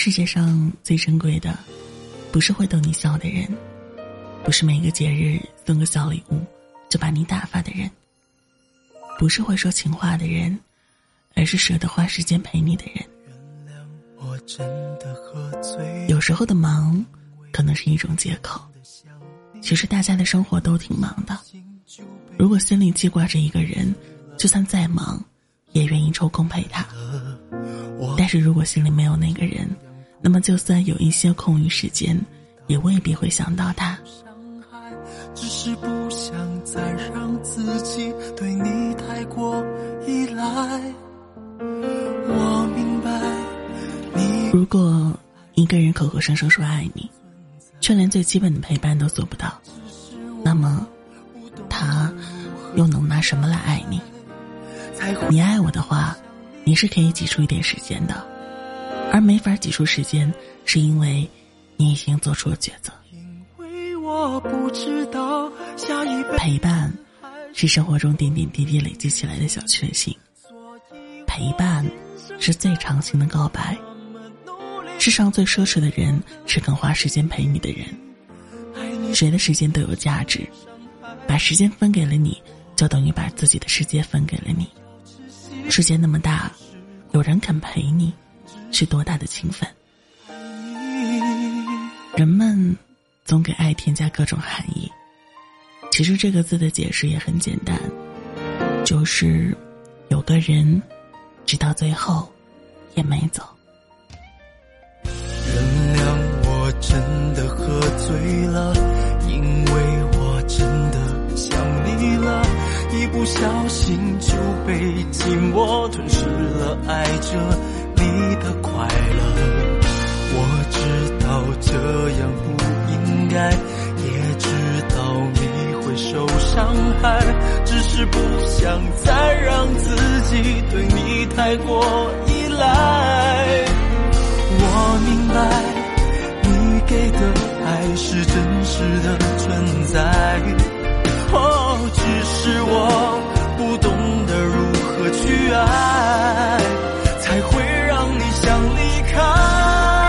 世界上最珍贵的，不是会逗你笑的人，不是每个节日送个小礼物就把你打发的人，不是会说情话的人，而是舍得花时间陪你的人。有时候的忙可能是一种借口，其实大家的生活都挺忙的，如果心里记挂着一个人，就算再忙也愿意抽空陪他。但是如果心里没有那个人，那么就算有一些空余时间，也未必会想到他。 只是不想再让自己对你太过依赖。我明白你， 如果一个人口口声声说爱你，却连最基本的陪伴都做不到，那么他又能拿什么来爱你？你爱我的话，你是可以挤出一点时间的，而没法挤出时间，是因为你已经做出了抉择。 我不知道下一辈陪伴是生活中点点滴滴累积起来的小确幸，陪伴是最长情的告白。世上最奢侈的人是肯花时间陪你的人。谁的时间都有价值，把时间分给了你，就等于把自己的世界分给了你。世界那么大，有人肯陪你，是多大的情分。人们总给爱添加各种含义，其实这个字的解释也很简单，就是有个人直到最后也没走。 原谅我真的喝醉了，因为我真的想你了，一不小心就被寂寞吞噬了，爱着你的快乐。我知道这样不应该，也知道你会受伤害，只是不想再让自己对你太过依赖。我明白你给的爱是真实的存在，只是我不懂得如何去爱，才会让你想离开。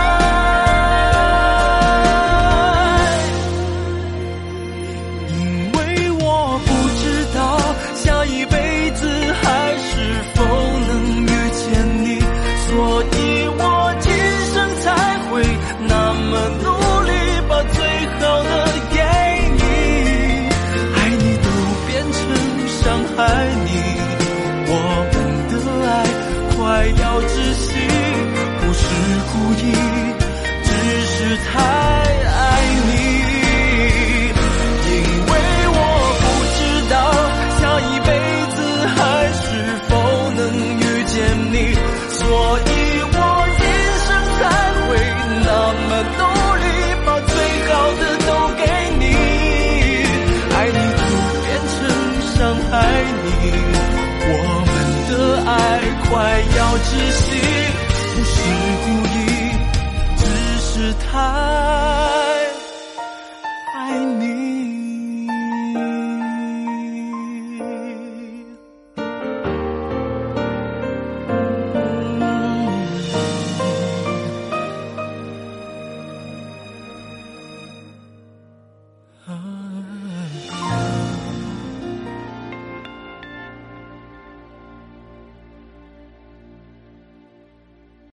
要窒息，不是故意，只是太爱你。因为我不知道下一辈子还是否能遇见你，所以我一生才会那么努力，把最好的都给你。爱你就变成伤害你，我们的爱快要窒息，不是故意，只是太爱你。